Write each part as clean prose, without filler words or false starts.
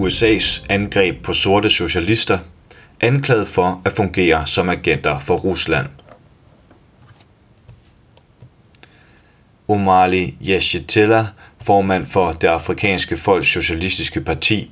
USA's angreb på sorte socialister, anklaget for at fungere som agenter for Rusland. Omali Yeshitela, formand for det afrikanske folks socialistiske parti,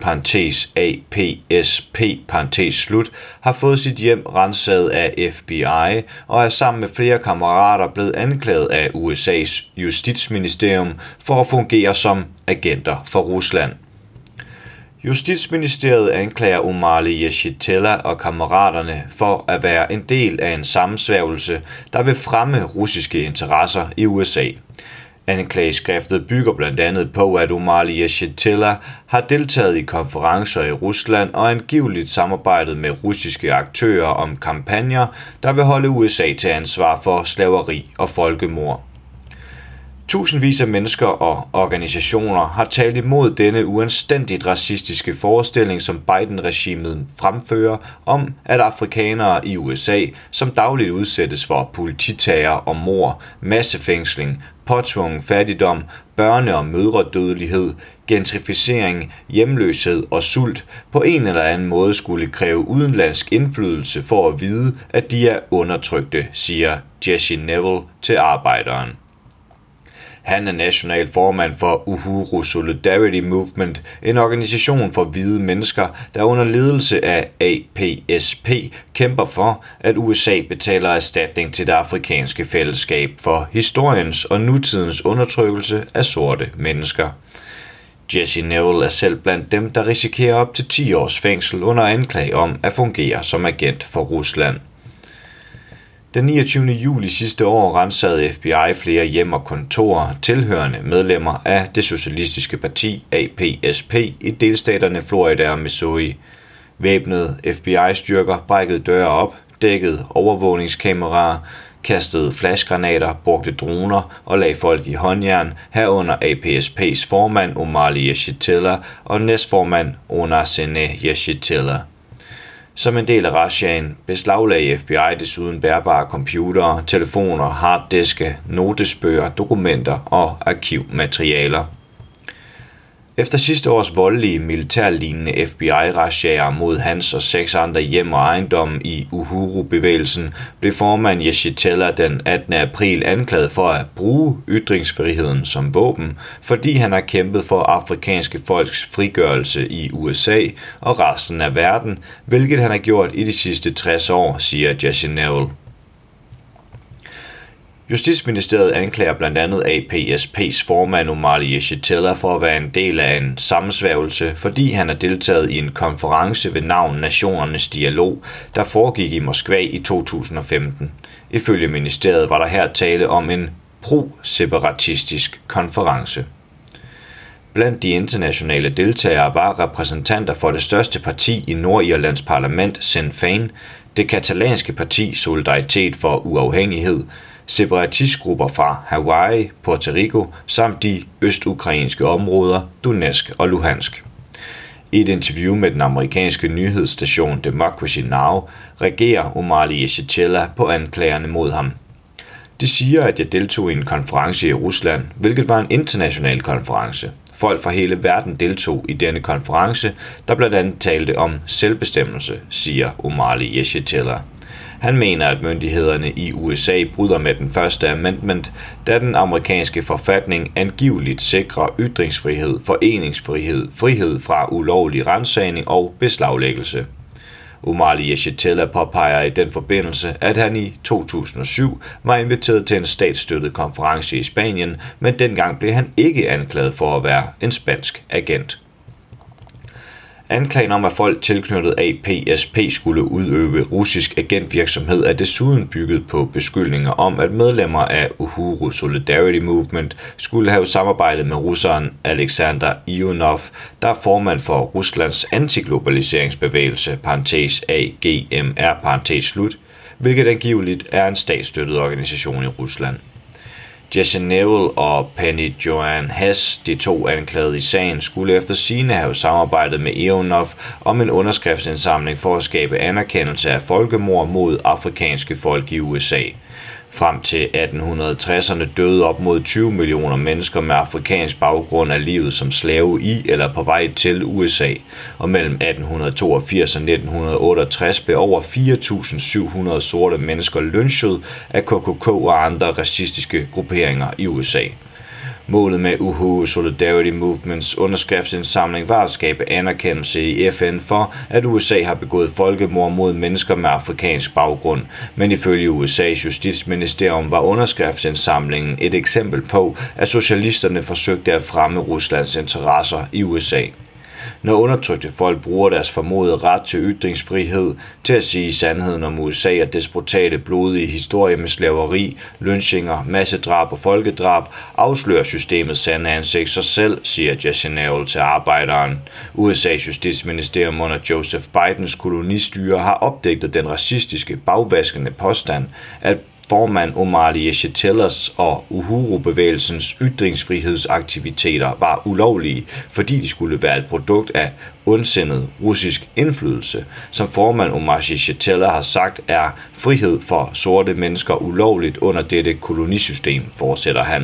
APSP, har fået sit hjem ransaget af FBI og er sammen med flere kammerater blevet anklaget af USA's justitsministerium for at fungere som agenter for Rusland. Justitsministeriet anklager Omali Yeshitela og kammeraterne for at være en del af en sammensværgelse, der vil fremme russiske interesser i USA. Anklageskriftet bygger blandt andet på, at Omali Yeshitela har deltaget i konferencer i Rusland og angiveligt samarbejdet med russiske aktører om kampagner, der vil holde USA til ansvar for slaveri og folkemord. Tusindvis af mennesker og organisationer har talt imod denne uanstændigt racistiske forestilling, som Biden-regimet fremfører om, at afrikanere i USA, som dagligt udsættes for polititerror og mord, massefængsling, påtvungen fattigdom, børne- og mødredødelighed, gentrificering, hjemløshed og sult, på en eller anden måde skulle kræve udenlandsk indflydelse for at vide, at de er undertrykte, siger Jesse Neville til Arbejderen. Han er national formand for Uhuru Solidarity Movement, en organisation for hvide mennesker, der under ledelse af APSP kæmper for, at USA betaler erstatning til det afrikanske fællesskab for historiens og nutidens undertrykkelse af sorte mennesker. Jesse Neville er selv blandt dem, der risikerer op til 10 års fængsel under anklage om at fungere som agent for Rusland. Den 29. juli sidste år ransagede FBI flere hjem og kontorer tilhørende medlemmer af det socialistiske parti APSP i delstaterne Florida og Missouri. Væbnede FBI-styrker brækkede døre op, dækkede overvågningskameraer, kastede flashgranater, brugte droner og lagde folk i håndjern, herunder APSP's formand Omali Yeshitela og næstformand Onasene Yeshitela. Som en del af razziaen beslaglagde FBI desuden bærbare computere, telefoner, harddiske, notesbøger, dokumenter og arkivmaterialer. Efter sidste års voldelige militærlignende FBI-razziaer mod hans og 6 andre hjem og ejendomme i Uhuru-bevægelsen, blev formand Yeshitela den 18. april anklaget for at bruge ytringsfriheden som våben, fordi han har kæmpet for afrikanske folks frigørelse i USA og resten af verden, hvilket han har gjort i de sidste 60 år, siger Jesse Neville. Justitsministeriet anklager blandt andet APSP's formand Omali Yeshitela for at være en del af en sammensværgelse, fordi han har deltaget i en konference ved navn Nationernes Dialog, der foregik i Moskva i 2015. Ifølge ministeriet var der her tale om en pro-separatistisk konference. Blandt de internationale deltagere var repræsentanter for det største parti i Nordirlands parlament, Sinn Féin, det katalanske parti Solidaritet for Uafhængighed, separatistgrupper fra Hawaii, Puerto Rico samt de østukrainske områder Donetsk og Luhansk. I et interview med den amerikanske nyhedsstation Democracy Now! Reagerer Omali Yeshitela på anklagerne mod ham. De siger, at jeg deltog i en konference i Rusland, hvilket var en international konference. Folk fra hele verden deltog i denne konference, der blandt andet talte om selvbestemmelse, siger Omali Yeshitela. Han mener, at myndighederne i USA bryder med den første amendment, da den amerikanske forfatning angiveligt sikrer ytringsfrihed, foreningsfrihed, frihed fra ulovlig ransagning og beslaglæggelse. Omali Yeshitela påpeger i den forbindelse, at han i 2007 var inviteret til en statsstøttet konference i Spanien, men dengang blev han ikke anklaget for at være en spansk agent. Anklagen om, at folk tilknyttet APSP skulle udøve russisk agentvirksomhed, er desuden bygget på beskyldninger om, at medlemmer af Uhuru Solidarity Movement skulle have samarbejdet med russeren Alexander Ionov, der er formand for Ruslands antiglobaliseringsbevægelse, AGMR, hvilket angiveligt er en statsstøttet organisation i Rusland. Jesse Neville og Penny Joanne Hess, de 2 anklagede i sagen, skulle efter sigende have samarbejdet med Ionov om en underskriftsindsamling for at skabe anerkendelse af folkemord mod afrikanske folk i USA. Frem til 1860'erne døde op mod 20 millioner mennesker med afrikansk baggrund af livet som slave i eller på vej til USA, og mellem 1882 og 1968 blev over 4.700 sorte mennesker lynchet af KKK og andre racistiske grupperinger i USA. Målet med Uhuru Solidarity Movements underskriftsindsamling var at skabe anerkendelse i FN for, at USA har begået folkemord mod mennesker med afrikansk baggrund, men ifølge USA's justitsministerium var underskriftsindsamlingen et eksempel på, at socialisterne forsøgte at fremme Ruslands interesser i USA. Når undertrykte folk bruger deres formodede ret til ytringsfrihed til at sige sandheden om USA og dets brutale blodige historie med slaveri, lynchinger, massedrab og folkedrab, afslører systemets sande ansigt sig selv, siger Jesse Newell til Arbejderen. USA's justitsministerium under Joseph Bidens kolonistyre har opdigtet den racistiske, bagvaskende påstand, at formand Omar Yeshitela og Uhuru-bevægelsens ytringsfrihedsaktiviteter var ulovlige, fordi de skulle være et produkt af ondsindet russisk indflydelse. Som formand Omar Yeshitela har sagt, er frihed for sorte mennesker ulovligt under dette kolonisystem, fortsætter han.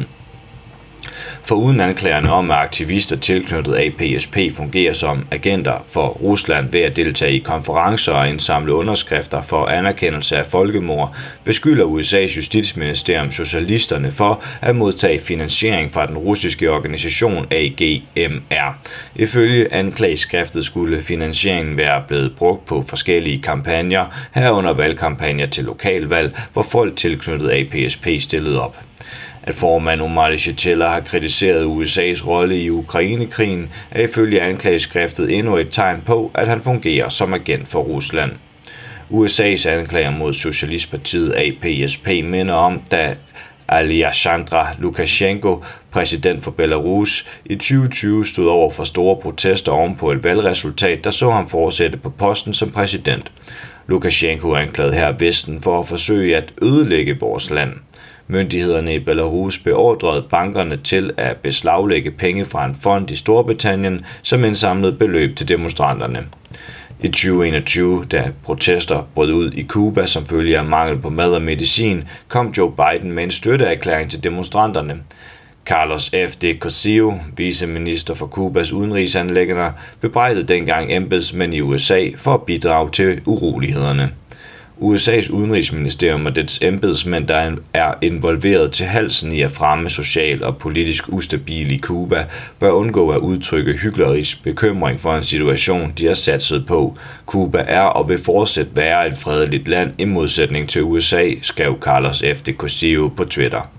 Foruden anklagerne om, at aktivister tilknyttet APSP fungerer som agenter for Rusland ved at deltage i konferencer og indsamle underskrifter for anerkendelse af folkemord, beskylder USA's justitsministerium socialisterne for at modtage finansiering fra den russiske organisation AGMR. Ifølge anklageskriftet skulle finansieringen være blevet brugt på forskellige kampagner, herunder valgkampagner til lokalvalg, hvor folk tilknyttet APSP stillede op. At formand Omar Yeshitela har kritiseret USA's rolle i Ukrainekrigen, er ifølge anklageskriftet endnu et tegn på, at han fungerer som agent for Rusland. USA's anklager mod Socialistpartiet APSP minder om, da Alexander Lukashenko, præsident for Belarus, i 2020 stod over for store protester ovenpå et valgresultat, der så ham fortsætte på posten som præsident. Lukashenko anklagede her Vesten for at forsøge at ødelægge vores land. Myndighederne i Belarus beordrede bankerne til at beslaglægge penge fra en fond i Storbritannien, som indsamlede beløb til demonstranterne. I 2021, da protester brød ud i Cuba som følge af mangel på mad og medicin, kom Joe Biden med en støtteerklæring til demonstranterne. Carlos F. de Cossio, viceminister for Cubas udenrigsanliggender, bebrejdede dengang embedsmænd i USA for at bidrage til urolighederne. USA's udenrigsministerium og dets embedsmænd, der er involveret til halsen i at fremme social og politisk ustabil i Cuba, bør undgå at udtrykke hyklerisk bekymring for en situation, de har satset på. Cuba er og vil fortsat være et fredeligt land i modsætning til USA, skrev Carlos F. de Cossio på Twitter.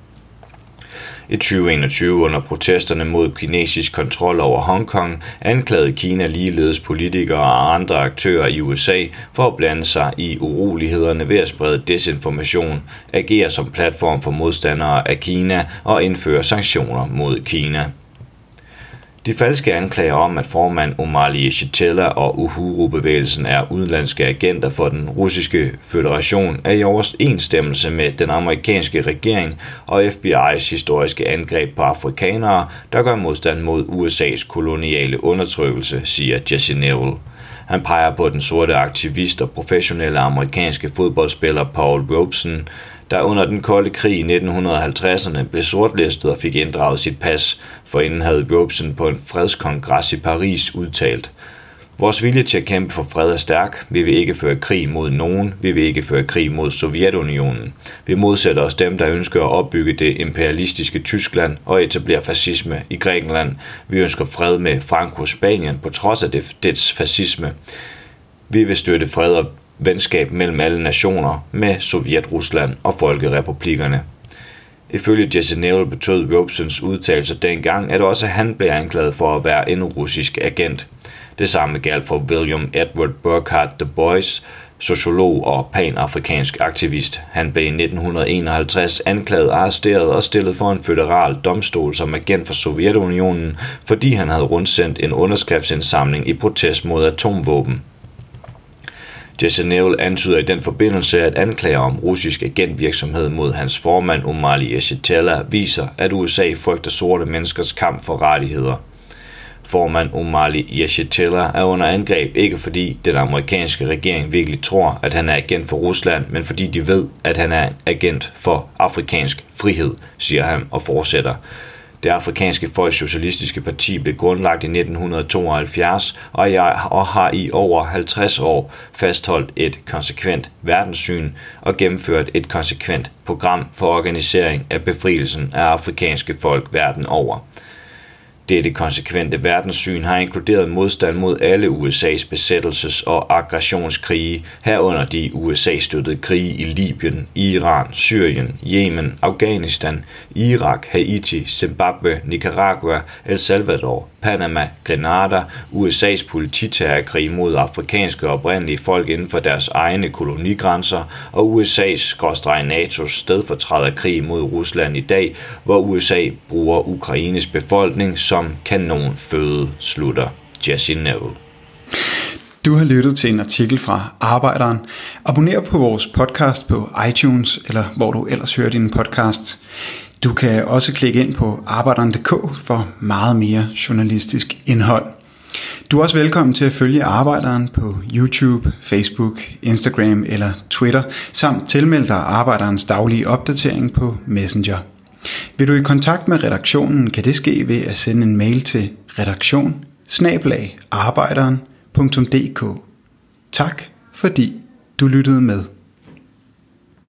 I 2021 under protesterne mod kinesisk kontrol over Hongkong anklagede Kina ligeledes politikere og andre aktører i USA for at blande sig i urolighederne ved at sprede desinformation, agere som platform for modstandere af Kina og indføre sanktioner mod Kina. De falske anklager om, at formand Omar Yeshitela og Uhuru-bevægelsen er udenlandske agenter for den russiske føderation, er i overensstemmelse med den amerikanske regering og FBI's historiske angreb på afrikanere, der gør modstand mod USA's koloniale undertrykkelse, siger Jesse Newell. Han peger på den sorte aktivist og professionelle amerikanske fodboldspiller Paul Robeson, der under den kolde krig i 1950'erne blev sortlistet og fik inddraget sit pas, forinden havde Robeson på en fredskongres i Paris udtalt: "Vores vilje til at kæmpe for fred er stærk. Vi vil ikke føre krig mod nogen. Vi vil ikke føre krig mod Sovjetunionen. Vi modsætter os dem, der ønsker at opbygge det imperialistiske Tyskland og etablere fascisme i Grækenland. Vi ønsker fred med Franco-Spanien på trods af dets fascisme. Vi vil støtte fred og venskab mellem alle nationer med Sovjet-Rusland og folkerepublikkerne." Ifølge Jesse Newell betød Robesons udtalelser dengang, at også han blev anklaget for at være en russisk agent. Det samme galt for William Edward Burkhardt Du Bois, sociolog og panafrikansk aktivist. Han blev i 1951 anklaget, arresteret og stillet for en føderal domstol som agent for Sovjetunionen, fordi han havde rundsendt en underskriftsindsamling i protest mod atomvåben. Jesse Newell antyder i den forbindelse, at anklager om russisk agentvirksomhed mod hans formand Omar Yeshitela viser, at USA frygter sorte menneskers kamp for rettigheder. Formand Omali Yeshitela er under angreb, ikke fordi den amerikanske regering virkelig tror, at han er agent for Rusland, men fordi de ved, at han er agent for afrikansk frihed, siger han og fortsætter. Det afrikanske folks socialistiske parti blev grundlagt i 1972 og har i over 50 år fastholdt et konsekvent verdenssyn og gennemført et konsekvent program for organisering af befrielsen af afrikanske folk verden over. Dette konsekvente verdenssyn har inkluderet modstand mod alle USA's besættelses- og aggressionskrige, herunder de USA-støttede krige i Libyen, Iran, Syrien, Yemen, Afghanistan, Irak, Haiti, Zimbabwe, Nicaragua, El Salvador, Panama, Grenada, USA's polititerrorkrig mod afrikanske oprindelige folk inden for deres egne kolonigrænser og USA's/NATO's stedfortræderkrig mod Rusland i dag, hvor USA bruger Ukraines befolkning som kanonføde, slutter Jesse Neville. Du har lyttet til en artikel fra Arbejderen. Abonner på vores podcast på iTunes, eller hvor du ellers hører dine podcasts. Du kan også klikke ind på arbejderen.dk for meget mere journalistisk indhold. Du er også velkommen til at følge Arbejderen på YouTube, Facebook, Instagram eller Twitter, samt tilmelde dig Arbejderens daglige opdatering på Messenger. Vil du i kontakt med redaktionen, kan det ske ved at sende en mail til redaktion@arbejderen.dk. Tak fordi du lyttede med.